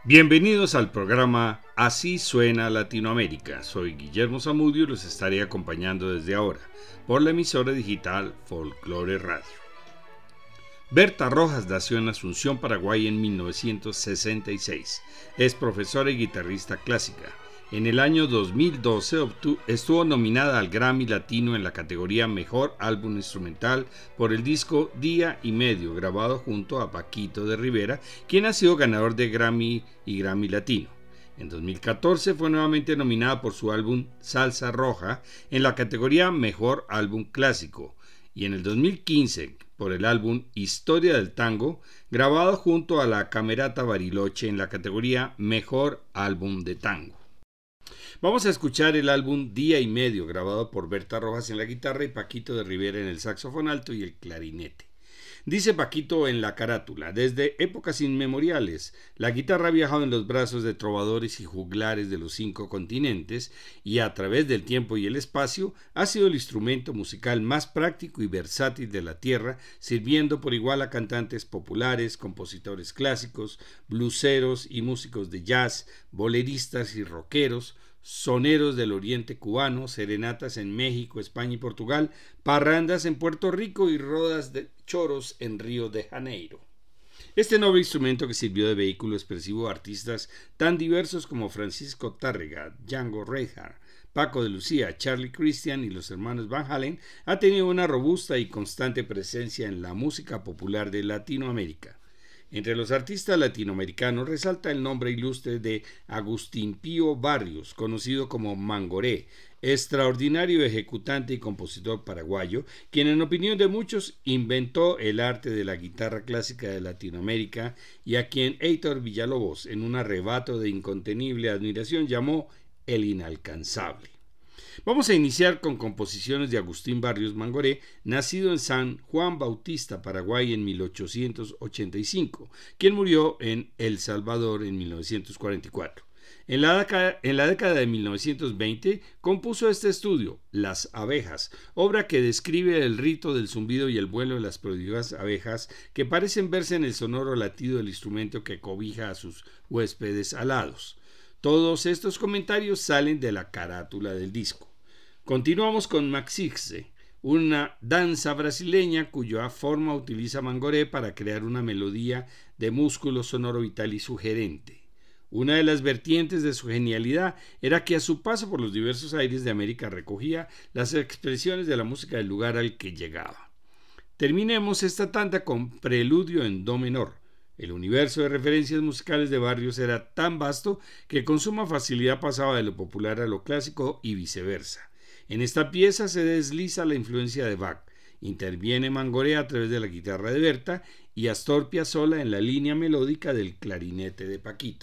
Bienvenidos al programa Así Suena Latinoamérica. Soy Guillermo Zamudio y los estaré acompañando desde ahora por la emisora digital Folklore Radio. Berta Rojas nació en Asunción, Paraguay en 1966. Es profesora y guitarrista clásica. En el año 2012 estuvo nominada al Grammy Latino en la categoría Mejor Álbum Instrumental por el disco Día y Medio, grabado junto a Paquito de Rivera, quien ha sido ganador de Grammy y Grammy Latino. En 2014 fue nuevamente nominada por su álbum Salsa Roja en la categoría Mejor Álbum Clásico, y en el 2015 por el álbum Historia del Tango, grabado junto a la Camerata Bariloche en la categoría Mejor Álbum de Tango. Vamos a escuchar el álbum Día y Medio, grabado por Berta Rojas en la guitarra y Paquito de Rivera en el saxofón alto y el clarinete. Dice Paquito en la carátula: desde épocas inmemoriales, la guitarra ha viajado en los brazos de trovadores y juglares de los 5 continentes y a través del tiempo y el espacio ha sido el instrumento musical más práctico y versátil de la tierra, sirviendo por igual a cantantes populares, compositores clásicos, bluseros y músicos de jazz, boleristas y rockeros, soneros del oriente cubano, serenatas en México, España y Portugal, parrandas en Puerto Rico y rodas de choros en Río de Janeiro. Este noble instrumento, que sirvió de vehículo expresivo a artistas tan diversos como Francisco Tárrega, Django Reinhardt, Paco de Lucía, Charlie Christian y los hermanos Van Halen, ha tenido una robusta y constante presencia en la música popular de Latinoamérica. Entre los artistas latinoamericanos resalta el nombre ilustre de Agustín Pío Barrios, conocido como Mangoré, extraordinario ejecutante y compositor paraguayo, quien en opinión de muchos inventó el arte de la guitarra clásica de Latinoamérica y a quien Heitor Villalobos, en un arrebato de incontenible admiración, llamó el inalcanzable. Vamos a iniciar con composiciones de Agustín Barrios Mangoré, nacido en San Juan Bautista, Paraguay, en 1885, quien murió en El Salvador en 1944. En la década de 1920 compuso este estudio, Las abejas, obra que describe el rito del zumbido y el vuelo de las prodigiosas abejas que parecen verse en el sonoro latido del instrumento que cobija a sus huéspedes alados. Todos estos comentarios salen de la carátula del disco. Continuamos con Maxixe, una danza brasileña cuya forma utiliza Mangoré para crear una melodía de músculo sonoro vital y sugerente. Una de las vertientes de su genialidad era que a su paso por los diversos aires de América recogía las expresiones de la música del lugar al que llegaba. Terminemos esta tanda con Preludio en Do menor. El universo de referencias musicales de Barrios era tan vasto que con suma facilidad pasaba de lo popular a lo clásico y viceversa. En esta pieza se desliza la influencia de Bach, interviene Mangoré a través de la guitarra de Berta y Astor Piazzolla en la línea melódica del clarinete de Paquito.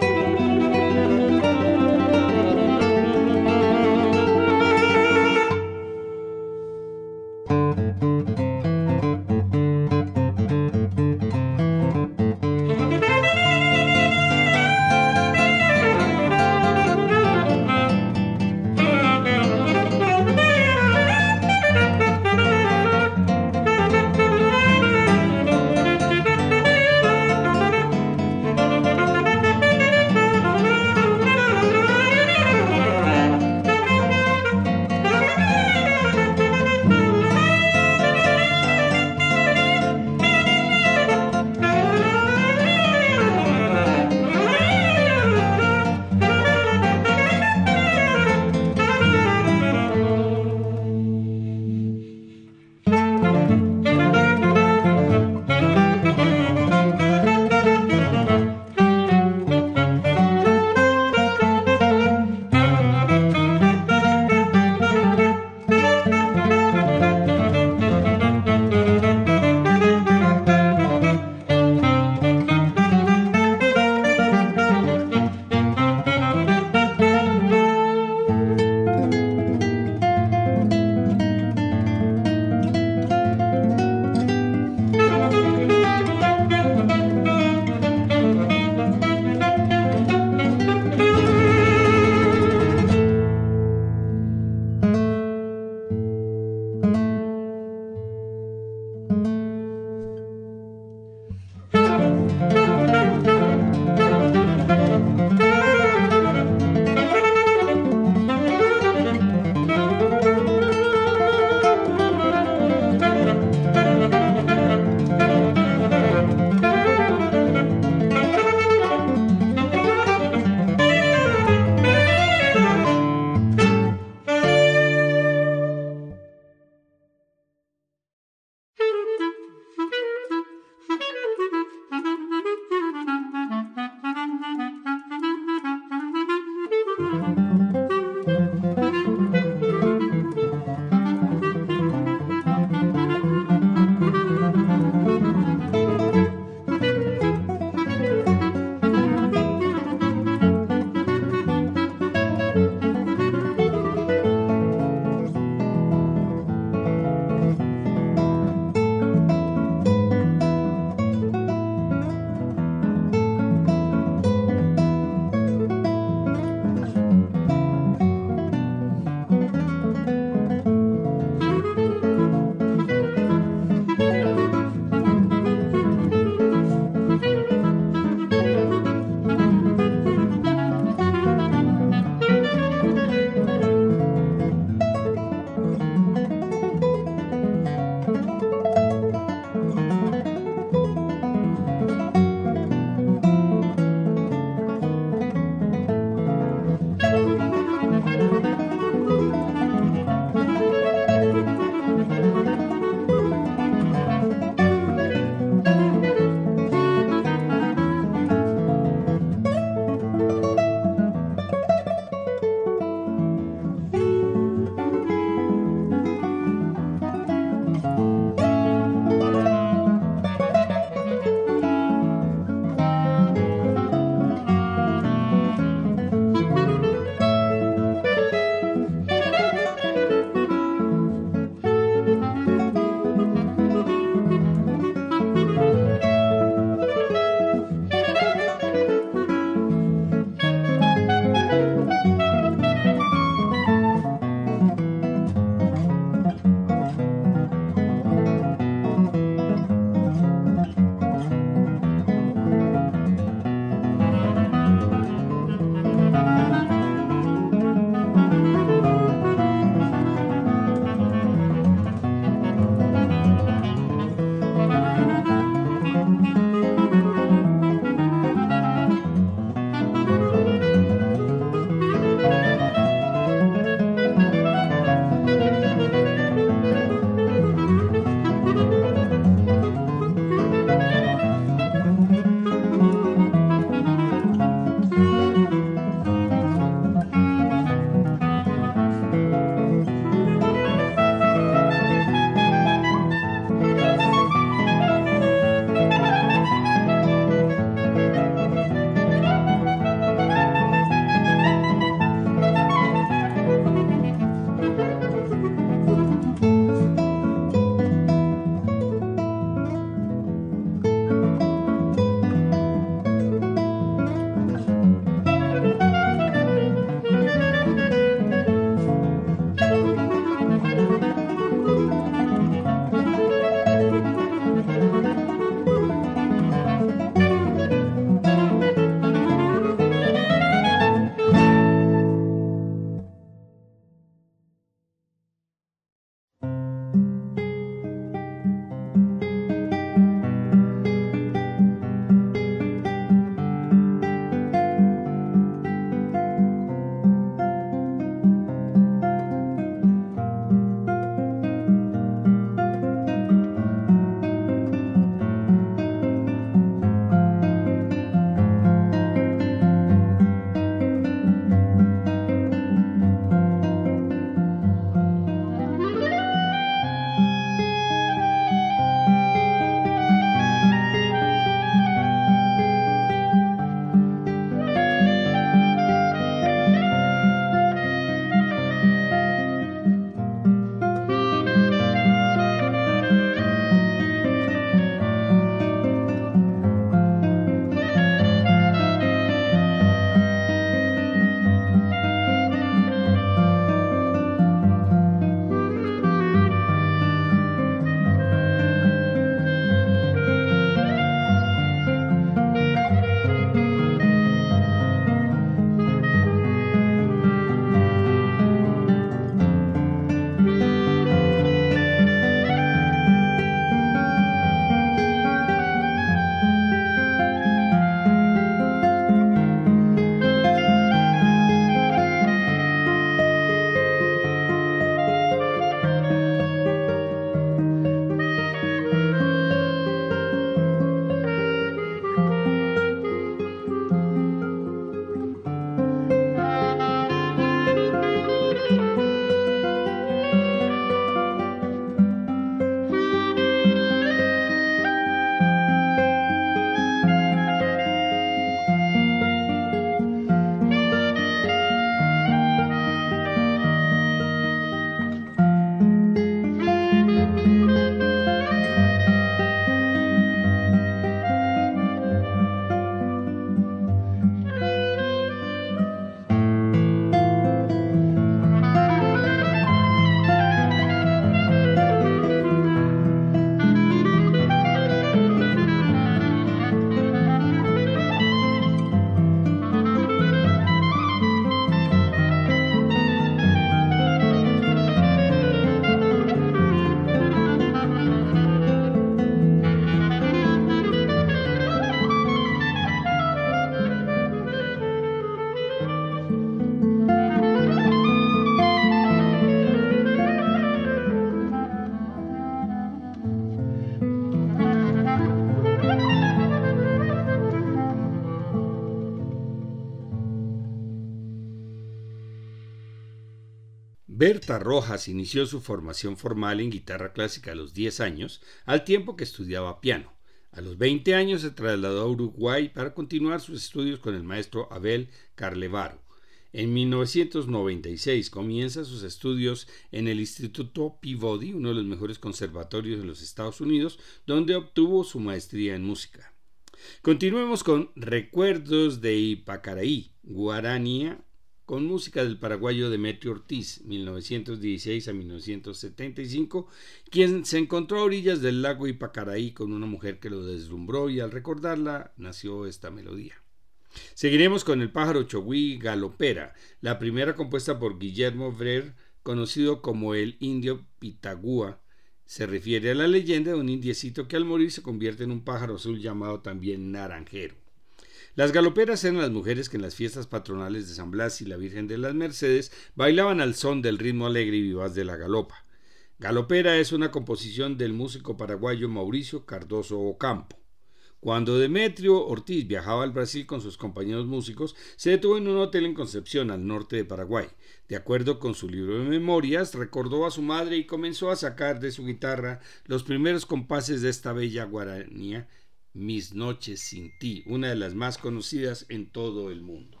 Berta Rojas inició su formación formal en guitarra clásica a los 10 años, al tiempo que estudiaba piano. A los 20 años se trasladó a Uruguay para continuar sus estudios con el maestro Abel Carlevaro. En 1996 comienza sus estudios en el Instituto Peabody, uno de los mejores conservatorios de los Estados Unidos, donde obtuvo su maestría en música. Continuemos con Recuerdos de Ipacaraí, Guaranía, con música del paraguayo Demetrio Ortiz, 1916 a 1975, quien se encontró a orillas del lago Ipacaraí con una mujer que lo deslumbró y al recordarla nació esta melodía. Seguiremos con El pájaro chogüí galopera, la primera compuesta por Guillermo Brer, conocido como el indio Pitagua. Se refiere a la leyenda de un indiecito que al morir se convierte en un pájaro azul llamado también naranjero. Las galoperas eran las mujeres que en las fiestas patronales de San Blas y la Virgen de las Mercedes bailaban al son del ritmo alegre y vivaz de la galopa. Galopera es una composición del músico paraguayo Mauricio Cardoso Ocampo. Cuando Demetrio Ortiz viajaba al Brasil con sus compañeros músicos, se detuvo en un hotel en Concepción, al norte de Paraguay. De acuerdo con su libro de memorias, recordó a su madre y comenzó a sacar de su guitarra los primeros compases de esta bella guaranía, Mis noches sin ti, una de las más conocidas en todo el mundo.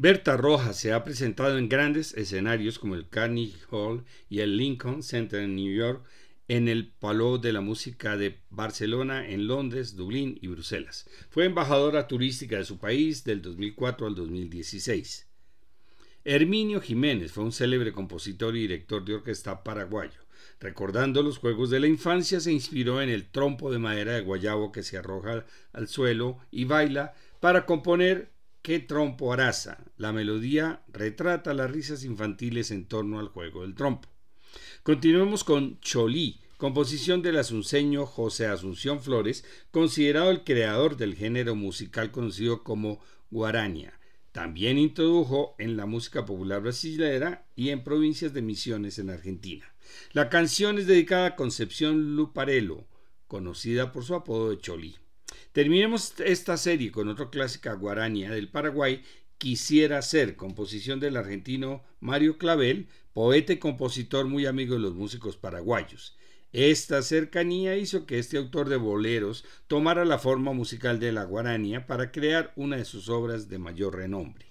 Berta Rojas se ha presentado en grandes escenarios como el Carnegie Hall y el Lincoln Center en New York, en el Palau de la Música de Barcelona, en Londres, Dublín y Bruselas. Fue embajadora turística de su país del 2004 al 2016. Herminio Jiménez fue un célebre compositor y director de orquesta paraguayo. Recordando los juegos de la infancia, se inspiró en el trompo de madera de guayabo que se arroja al suelo y baila para componer ¿Qué trompo araza? La melodía retrata las risas infantiles en torno al juego del trompo. Continuemos con Cholí, composición del asunceño José Asunción Flores, considerado el creador del género musical conocido como guarania. También introdujo en la música popular brasileña y en provincias de Misiones en Argentina. La canción es dedicada a Concepción Luparello, conocida por su apodo de Cholí. Terminemos esta serie con otra clásica guarania del Paraguay, Quisiera ser, composición del argentino Mario Clavel, poeta y compositor muy amigo de los músicos paraguayos. Esta cercanía hizo que este autor de boleros tomara la forma musical de la guarania para crear una de sus obras de mayor renombre.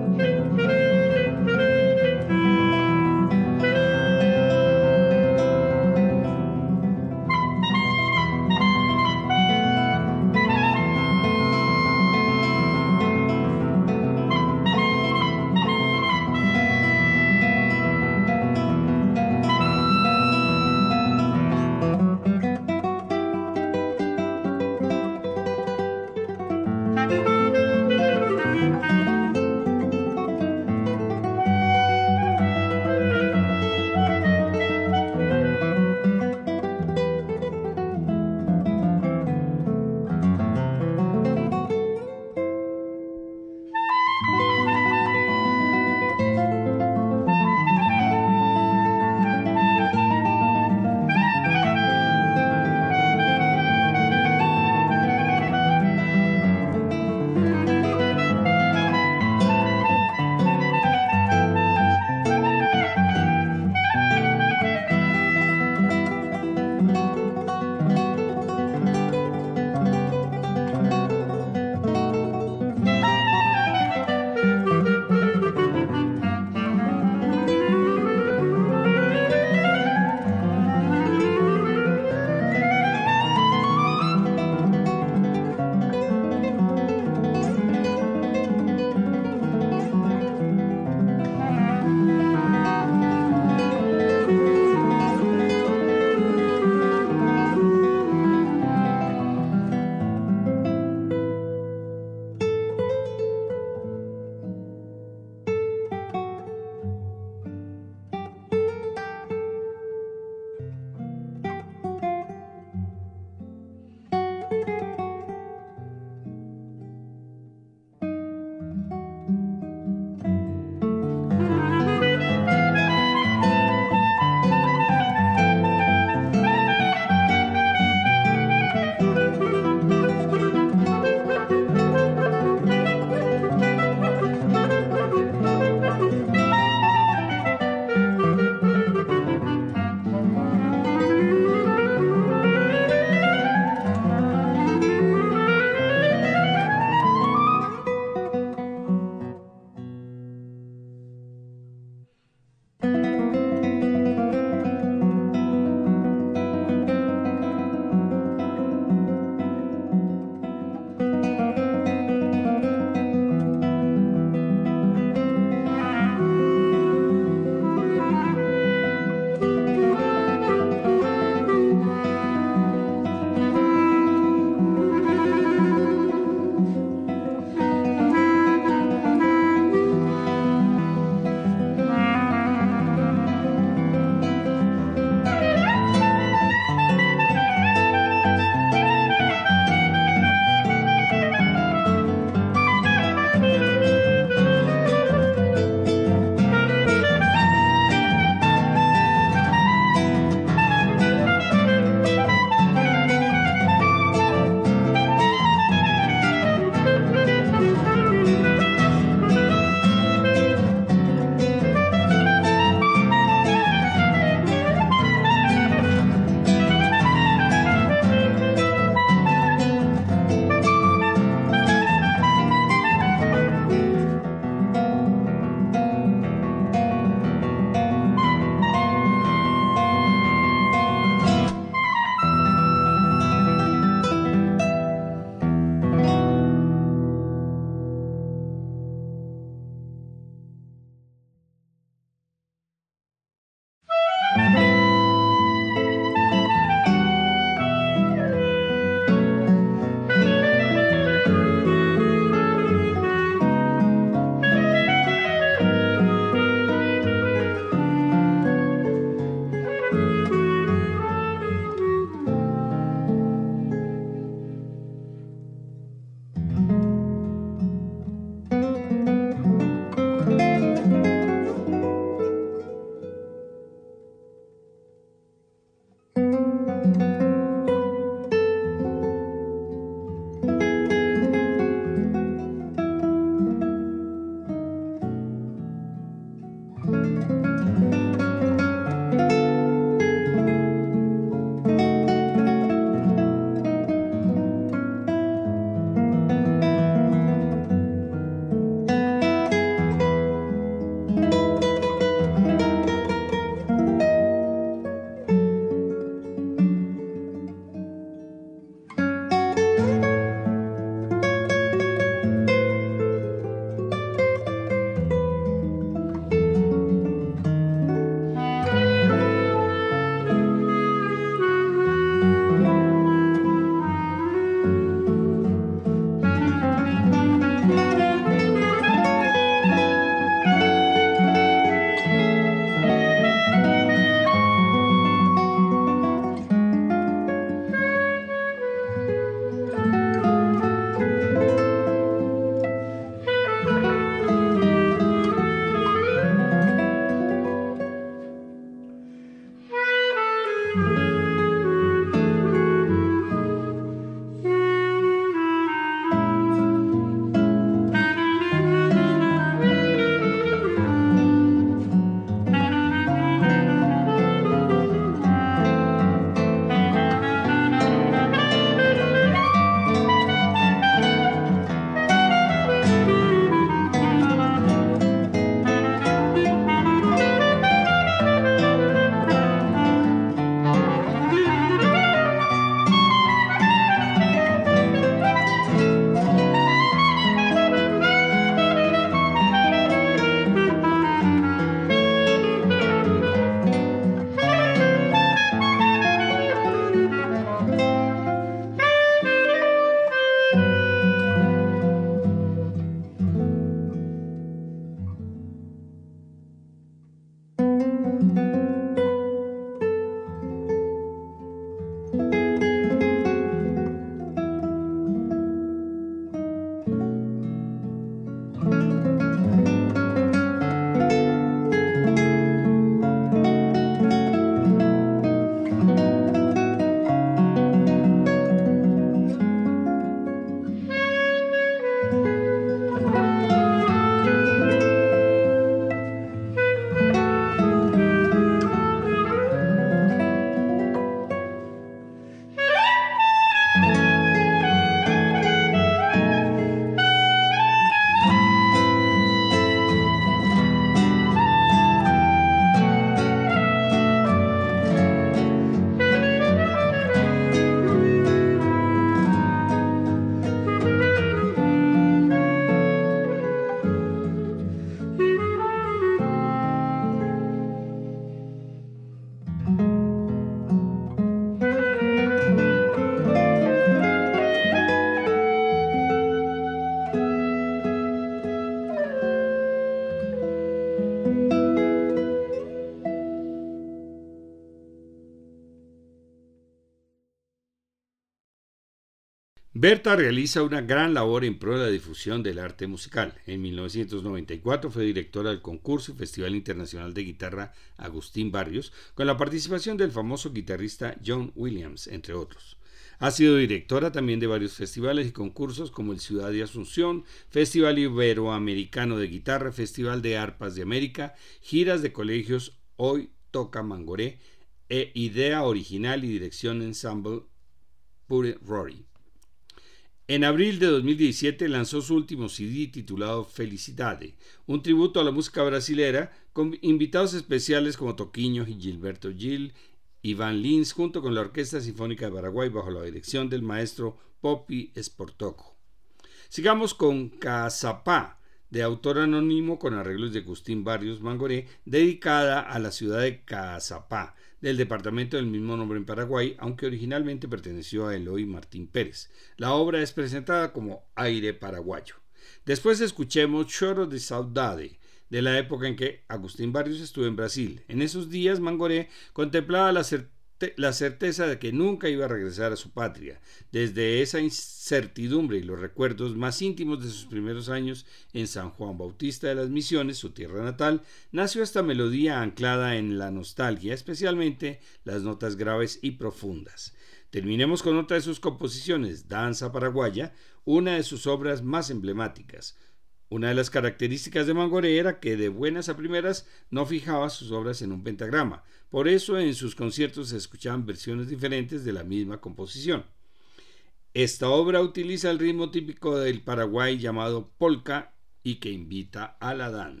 Berta realiza una gran labor en pro de la difusión del arte musical. En 1994 fue directora del concurso y Festival Internacional de Guitarra Agustín Barrios, con la participación del famoso guitarrista John Williams, entre otros. Ha sido directora también de varios festivales y concursos como el Ciudad de Asunción, Festival Iberoamericano de Guitarra, Festival de Arpas de América, giras de colegios Hoy Toca Mangoré, Idea Original y Dirección Ensemble Pure Rory. En abril de 2017 lanzó su último CD titulado Felicidade, un tributo a la música brasilera con invitados especiales como Toquinho y Gilberto Gil, Iván Lins, junto con la Orquesta Sinfónica de Paraguay bajo la dirección del maestro Poppy Sportoco. Sigamos con Caazapá, de autor anónimo con arreglos de Agustín Barrios Mangoré, dedicada a la ciudad de Caazapá, del departamento del mismo nombre en Paraguay, aunque originalmente perteneció a Eloy Martín Pérez. La obra es presentada como Aire Paraguayo. Después escuchemos Choro de Saudade, de la época en que Agustín Barrios estuvo en Brasil. En esos días Mangoré contemplaba la certeza de que nunca iba a regresar a su patria. Desde esa incertidumbre y los recuerdos más íntimos de sus primeros años en San Juan Bautista de las Misiones, su tierra natal, nació esta melodía anclada en la nostalgia, especialmente las notas graves y profundas. Terminemos con otra de sus composiciones, Danza Paraguaya, una de sus obras más emblemáticas. Una de las características de Mangoré era que de buenas a primeras no fijaba sus obras en un pentagrama, por eso en sus conciertos se escuchaban versiones diferentes de la misma composición. Esta obra utiliza el ritmo típico del Paraguay llamado polka y que invita a la danza.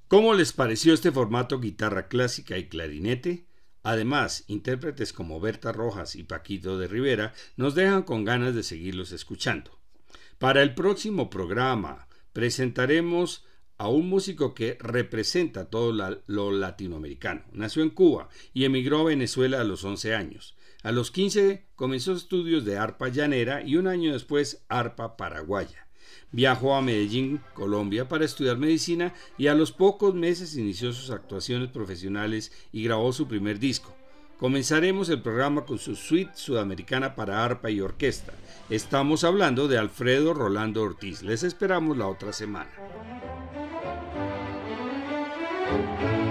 ¿Cómo les pareció este formato guitarra clásica y clarinete? Además, intérpretes como Berta Rojas y Paquito de Rivera nos dejan con ganas de seguirlos escuchando. Para el próximo programa presentaremos a un músico que representa todo lo latinoamericano. Nació en Cuba y emigró a Venezuela a los 11 años. A los 15 comenzó estudios de arpa llanera y un año después arpa paraguaya. Viajó a Medellín, Colombia, para estudiar medicina y a los pocos meses inició sus actuaciones profesionales y grabó su primer disco. Comenzaremos el programa con su suite sudamericana para arpa y orquesta. Estamos hablando de Alfredo Rolando Ortiz. Les esperamos la otra semana.